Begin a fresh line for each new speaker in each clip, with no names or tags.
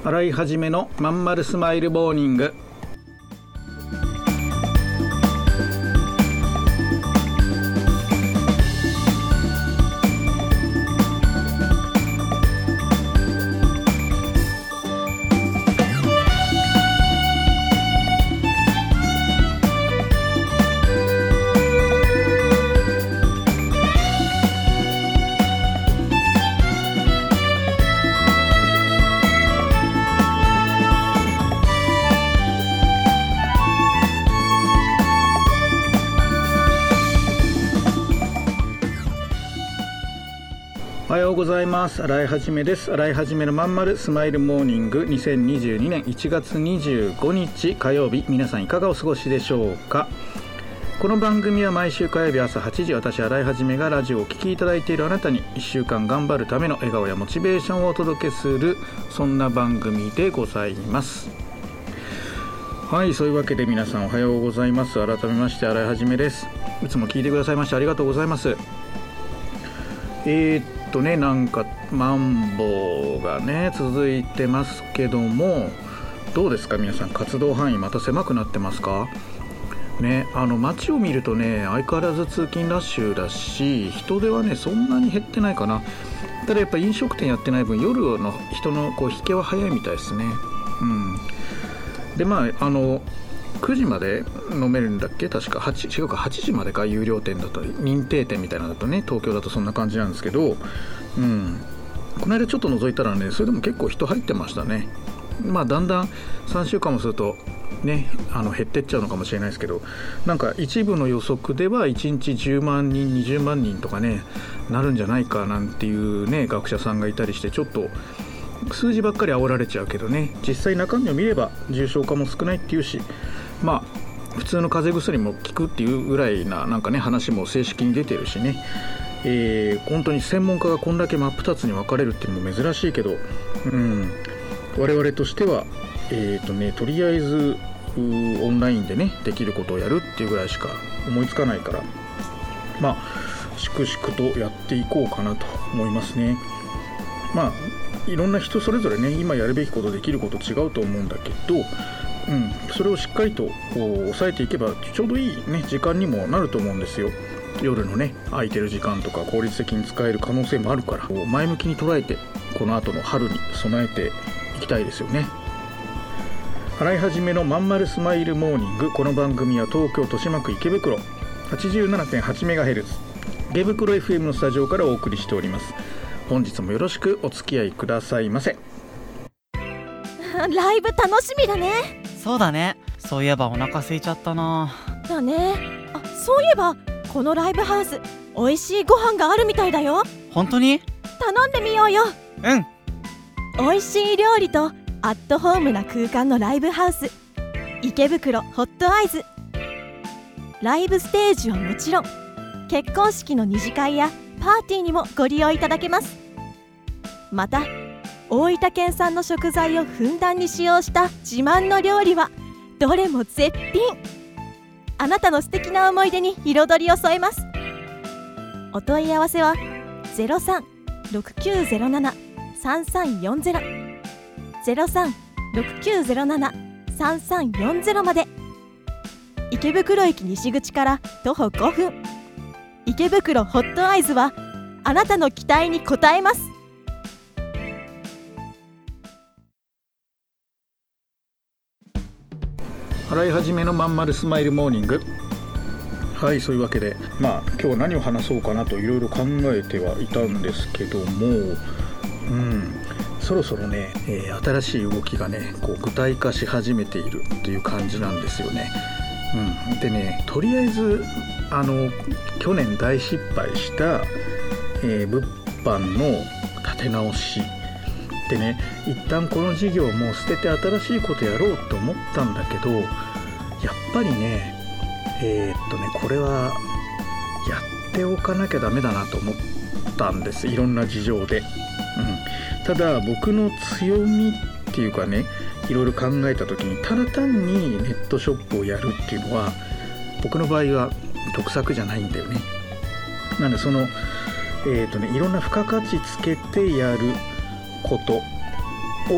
洗い始めのまんまるスマイルモーニング。おはようございます。洗い始めです。洗い始めのまんまるスマイルモーニング、2022年1月25日火曜日、皆さんいかがお過ごしでしょうか。この番組は毎週火曜日朝8時、私洗い始めがラジオをお聞きいただいているあなたに1週間頑張るための笑顔やモチベーションをお届けする、そんな番組でございます。はい、そういうわけで皆さんおはようございます。改めまして洗い始めです。いつも聞いてくださいましてありがとうございます。なんかマンボウがね続いてますけども、どうですか皆さん、活動範囲また狭くなってますかね。街を見るとね相変わらず通勤ラッシュだし、人出はねそんなに減ってないかな。ただやっぱ飲食店やってない分夜の人の引けは早いみたいですね。で9時まで飲めるんだっけ、確か8時までか。有料店だと認定店みたいなのだとね、東京だとそんな感じなんですけど、この間ちょっと覗いたらね、それでも結構人入ってましたね。だんだん3週間もするとね減ってっちゃうのかもしれないですけど、なんか一部の予測では1日10万人20万人とかねなるんじゃないかなんていうね学者さんがいたりして、ちょっと数字ばっかり煽られちゃうけどね、実際中身を見れば重症化も少ないっていうし、普通の風邪薬も効くっていうぐらいななんかね話も正式に出てるしね、本当に専門家がこんだけ真っ二つに分かれるっていうのも珍しいけど、我々としてはとりあえずオンラインでねできることをやるっていうぐらいしか思いつかないから、粛々とやっていこうかなと思いますね。いろんな人それぞれね今やるべきことできること違うと思うんだけど、それをしっかりと抑えていけばちょうどいいね時間にもなると思うんですよ。夜のね空いてる時間とか効率的に使える可能性もあるから、前向きに捉えてこの後の春に備えていきたいですよね。洗い始めのまんまるスマイルモーニング。この番組は東京豊島区池袋 87.8MHz 池袋 FM のスタジオからお送りしております。本日もよろしくお付き合いくださいませ。
ライブ楽しみだね。
そうだね。そういえばお腹空いちゃったな。
だね。そういえばこのライブハウス美味しいご飯があるみたいだよ。
本当に？
頼んでみようよ。美味しい料理とアットホームな空間のライブハウス、池袋ホットアイズ。ライブステージはもちろん、結婚式の二次会やパーティーにもご利用いただけます。また大分県産の食材をふんだんに使用した自慢の料理はどれも絶品。あなたの素敵な思い出に彩りを添えます。お問い合わせは 03-6907-3340 03-6907-3340 まで。池袋駅西口から徒歩5分、池袋ホットアイズはあなたの期待に応えます。
洗い始めのまんまるスマイルモーニング。はい、そういうわけで今日は何を話そうかなといろいろ考えてはいたんですけども、そろそろね、新しい動きがね具体化し始めているっていう感じなんですよね。でね、とりあえず去年大失敗した、物販の立て直しでね、一旦この事業も捨てて新しいことやろうと思ったんだけど、やっぱりねこれはやっておかなきゃダメだなと思ったんです、いろんな事情で。ただ僕の強みっていうかね、いろいろ考えた時にただ単にネットショップをやるっていうのは僕の場合は得策じゃないんだよね。なんでいろんな付加価値つけてやることを考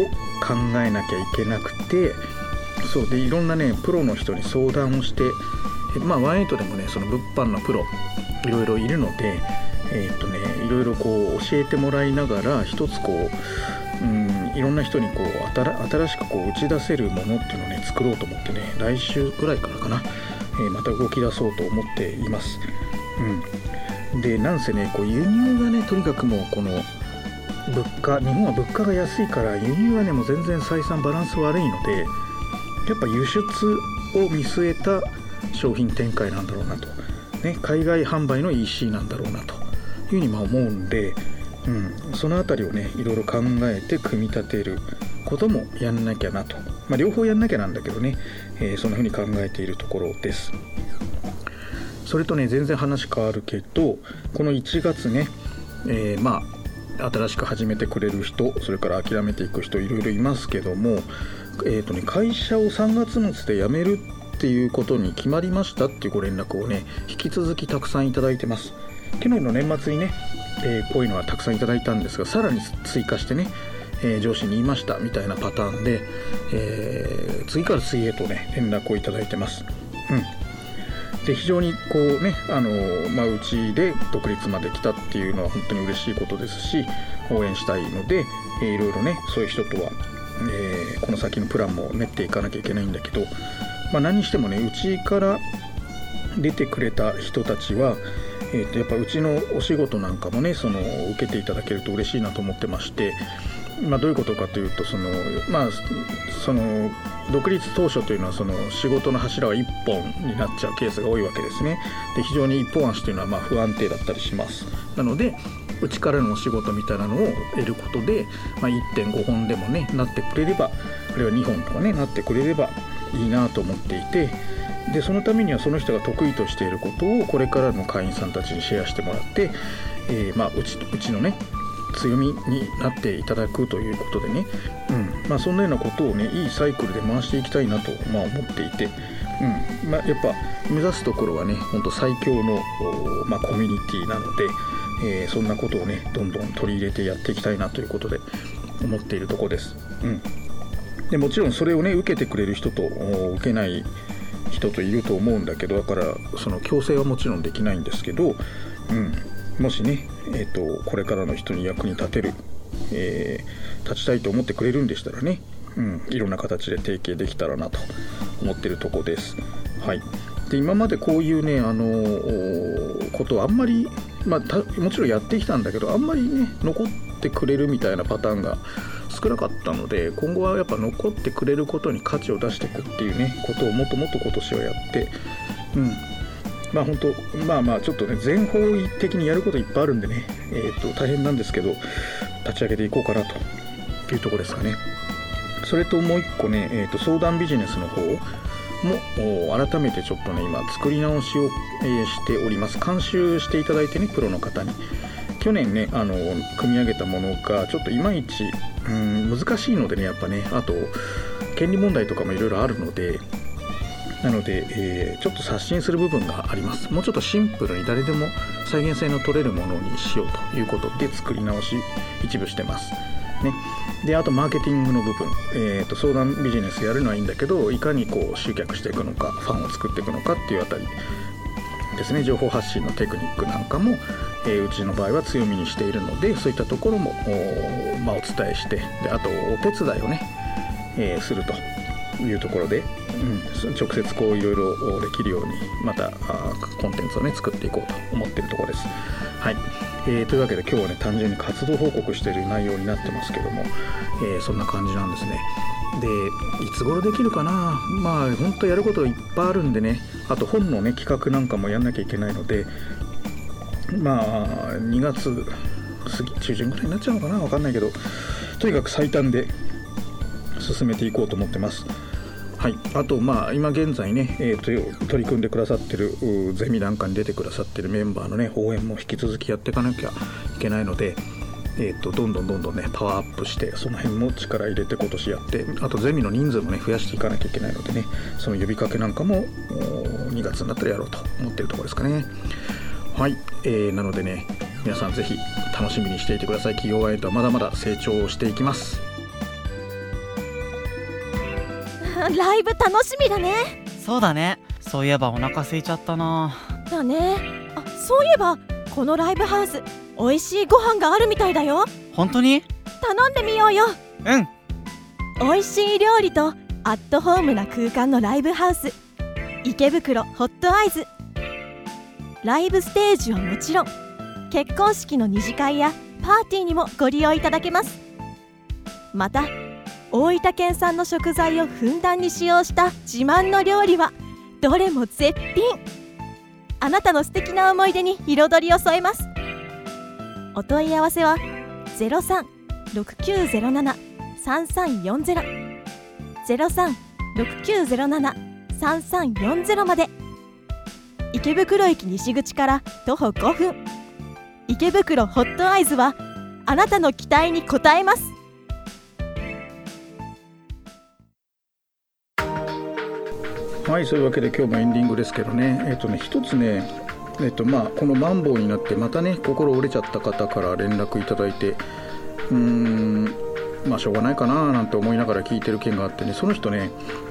考えなきゃいけなくて、そうでいろんなねプロの人に相談をして、1-8でもねその物販のプロいろいろいるので、いろいろこう教えてもらいながら一つこう、いろんな人にこう新しくこう打ち出せるものっていうのをね作ろうと思ってね、来週ぐらいからかな、また動き出そうと思っています。でなんせねこう輸入がねとにかくもうこの日本は物価が安いから輸入はねもう全然採算バランス悪いので、やっぱ輸出を見据えた商品展開なんだろうなと、ね、海外販売の EC なんだろうなというふうに思うんで、そのあたりをねいろいろ考えて組み立てることもやんなきゃなと、両方やんなきゃなんだけどね、そんなふうに考えているところです。それとね全然話変わるけど、この1月ね、新しく始めてくれる人、それから諦めていく人いろいろいますけども、会社を3月末で辞めるっていうことに決まりましたっていうご連絡をね引き続きたくさんいただいてます。去年の年末にね、こういうのはたくさんいただいたんですが、さらに追加してね、上司に言いましたみたいなパターンで、次から次へとね連絡をいただいてます。で非常にこうねうちで独立まで来たっていうのは本当に嬉しいことですし、応援したいので、いろいろねそういう人とは、この先のプランも練っていかなきゃいけないんだけど、何にしてもねうちから出てくれた人たちは、やっぱうちのお仕事なんかもね受けていただけると嬉しいなと思ってまして、どういうことかというと独立当初というのは仕事の柱は1本になっちゃうケースが多いわけですね。で非常に一本足というのは不安定だったりします。なのでうちからのお仕事みたいなのを得ることで、1.5 本でもねなってくれれば、あるいは2本とかねなってくれればいいなと思っていて、でそのためにはその人が得意としていることをこれからの会員さんたちにシェアしてもらって、うちのね強みになっていただくということでね、そんなようなことをねいいサイクルで回していきたいなと思っていて、やっぱ目指すところはね本当最強の、コミュニティなので、そんなことをねどんどん取り入れてやっていきたいなということで思っているところです。でもちろんそれをね受けてくれる人と受けない人といると思うんだけど、だからその強制はもちろんできないんですけど、もしね、これからの人に役に立てる、立ちたいと思ってくれるんでしたらね、いろんな形で提携できたらなと思ってるとこです。で今までこういうねことはあんまり、もちろんやってきたんだけど、あんまりね残ってくれるみたいなパターンが少なかったので、今後はやっぱ残ってくれることに価値を出していくっていうねことをもっともっと今年はやって、本当ちょっとね全方位的にやることいっぱいあるんでね、大変なんですけど立ち上げていこうかなというところですかね。それともう一個ね、相談ビジネスの方も改めてちょっとね今作り直しを、しております。監修していただいてねプロの方に、去年ね組み上げたものがちょっといまいち難しいのでね、やっぱねあと権利問題とかもいろいろあるので、なので、ちょっと刷新する部分があります。もうちょっとシンプルに誰でも再現性の取れるものにしようということで作り直し一部してますね。であとマーケティングの部分、相談ビジネスやるのはいいんだけど、いかにこう集客していくのかファンを作っていくのかっていうあたりですね。情報発信のテクニックなんかも、うちの場合は強みにしているので、そういったところもお伝えして、であとお手伝いをね、するというところで、直接こういろいろできるようにまたコンテンツをね作っていこうと思っているところです。というわけで今日はね単純に活動報告している内容になってますけども、そんな感じなんですね。でいつ頃できるかな。本当やることがいっぱいあるんでね、あと本のね企画なんかもやんなきゃいけないので、2月中旬ぐらいになっちゃうのかな、分かんないけど、とにかく最短で進めていこうと思ってます。あと今現在ね、取り組んでくださってるゼミなんかに出てくださってるメンバーのね応援も引き続きやっていかなきゃいけないので、どんどんねパワーアップして、その辺も力入れて今年やって、あとゼミの人数もね増やしていかなきゃいけないのでね、その呼びかけなんかも2月になったらやろうと思ってるところですかね。なのでね皆さんぜひ楽しみにしていてください。企業ワイドはまだまだ成長していきます。
ライブ楽しみだね。
そうだね。そういえばお腹空いちゃったな。
だね。そういえばこのライブハウス美味しいご飯があるみたいだよ。
本当に？
頼んでみようよ。
うん。
美味しい料理とアットホームな空間のライブハウス、池袋ホットアイズ。ライブステージはもちろん、結婚式の二次会やパーティーにもご利用いただけます。また大分県産の食材をふんだんに使用した自慢の料理はどれも絶品。あなたの素敵な思い出に彩りを添えます。お問い合わせは 03-6907-3340 03-6907-3340 まで。池袋駅西口から徒歩5分、池袋ホットアイズはあなたの期待に応えます。
はい、そういうわけで今日もエンディングですけどね、一つね、このマンボウになってまたね、心折れちゃった方から連絡いただいて、しょうがないかななんて思いながら聞いてる件があってね、その人ね、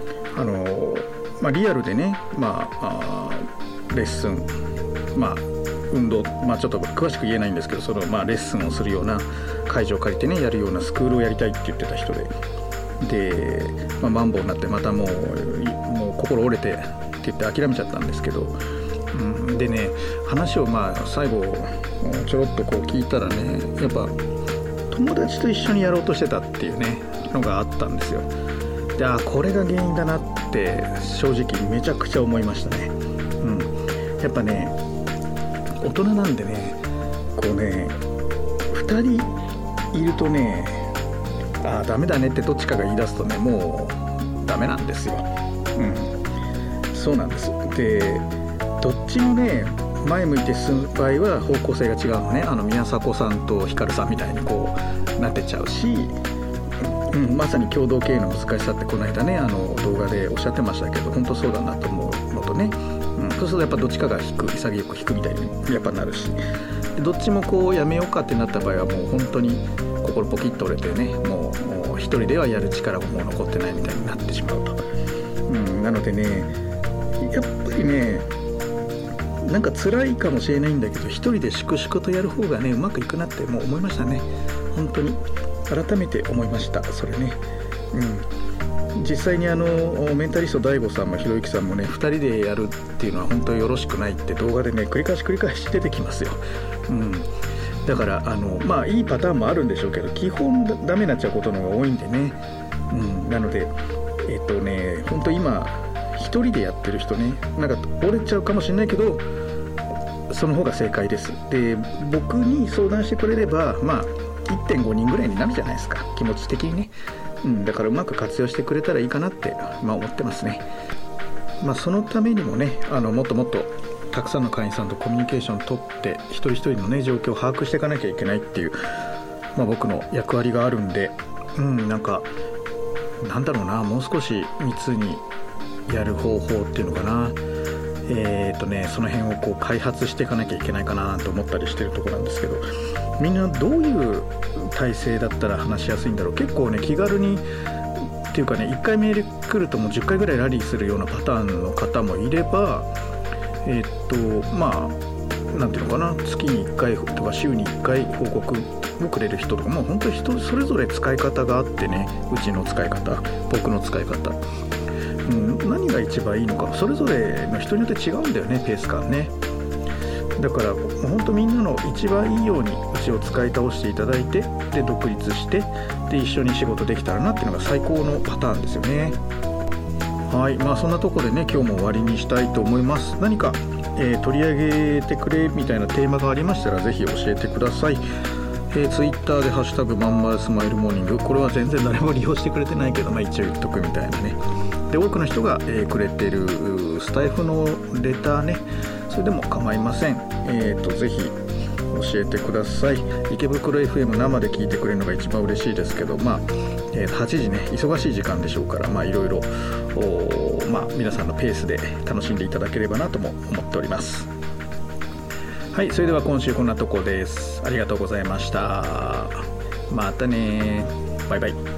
リアルでね、レッスン、運動、ちょっと詳しく言えないんですけど、そのレッスンをするような会場を借りてね、やるようなスクールをやりたいって言ってた人で、マンボウになってまたもう心折れてって言って諦めちゃったんですけど、でね、話を最後ちょろっとこう聞いたらね、やっぱ友達と一緒にやろうとしてたっていうねのがあったんですよ。で、これが原因だなって正直めちゃくちゃ思いましたね。やっぱね、大人なんでね、こうね、2人いるとね、ダメだねってどっちかが言い出すとね、もうダメなんですよ。そうなんです。で、どっちもね、前向いて進む場合は方向性が違うのね。宮迫さんとヒカルさんみたいにこうなってっちゃうし、まさに共同経営の難しさってこの間ね、動画でおっしゃってましたけど、本当そうだなと思うのとね、そうするとやっぱどっちかが潔く引くみたいにやっぱなるし、でどっちもこうやめようかってなった場合はもう本当に心ポキッと折れてね、もう一人ではやる力ももう残ってないみたいになってしまうと。なのでね、やっぱりね、なんか辛いかもしれないんだけど、一人で粛々とやる方がね、うまくいくなってもう思いましたね。本当に改めて思いました。それね、実際にメンタリスト DAIGO さんもひろゆきさんもね、2人でやるっていうのは本当によろしくないって動画でね、繰り返し出てきますよ。だからいいパターンもあるんでしょうけど、基本ダメになっちゃうことの方が多いんでね。なので本当今一人でやってる人ね、なんか折れちゃうかもしれないけど、その方が正解です。で、僕に相談してくれれば1.5 人ぐらいになるじゃないですか、気持ち的にね。だからうまく活用してくれたらいいかなって思ってますね。そのためにもね、もっともっとたくさんの会員さんとコミュニケーションを取って一人一人のね状況を把握していかなきゃいけないっていう、僕の役割があるんで、なんだろうな、もう少し密にやる方法っていうのかな、その辺をこう開発していかなきゃいけないかなと思ったりしてるところなんですけど、みんなどういう体制だったら話しやすいんだろう。結構ね、気軽にっていうかね、1回メール来るともう10回ぐらいラリーするようなパターンの方もいれば、なんていうのかな、月に1回とか週に1回報告をくれる人とか、本当に人それぞれ使い方があってね、うちの使い方、僕の使い方、何が一番いいのかそれぞれの人によって違うんだよね、ペース感ね。だから本当みんなの一番いいようにうちを使い倒していただいて、で独立して、で一緒に仕事できたらなっていうのが最高のパターンですよね。はい、そんなところでね、今日も終わりにしたいと思います。何か、取り上げてくれみたいなテーマがありましたらぜひ教えてください。ツイッターでハッシュタグまんまるスマイルモーニング、これは全然誰も利用してくれてないけど、一応言っとくみたいなね。で、多くの人が、くれてるスタイフのレターね、それでも構いません。ぜひ教えてください。池袋 FM 生で聞いてくれるのが一番嬉しいですけど、8時ね、忙しい時間でしょうから、いろいろ皆さんのペースで楽しんでいただければなとも思っております。はい、それでは今週こんなとこです。ありがとうございました。またね、バイバイ。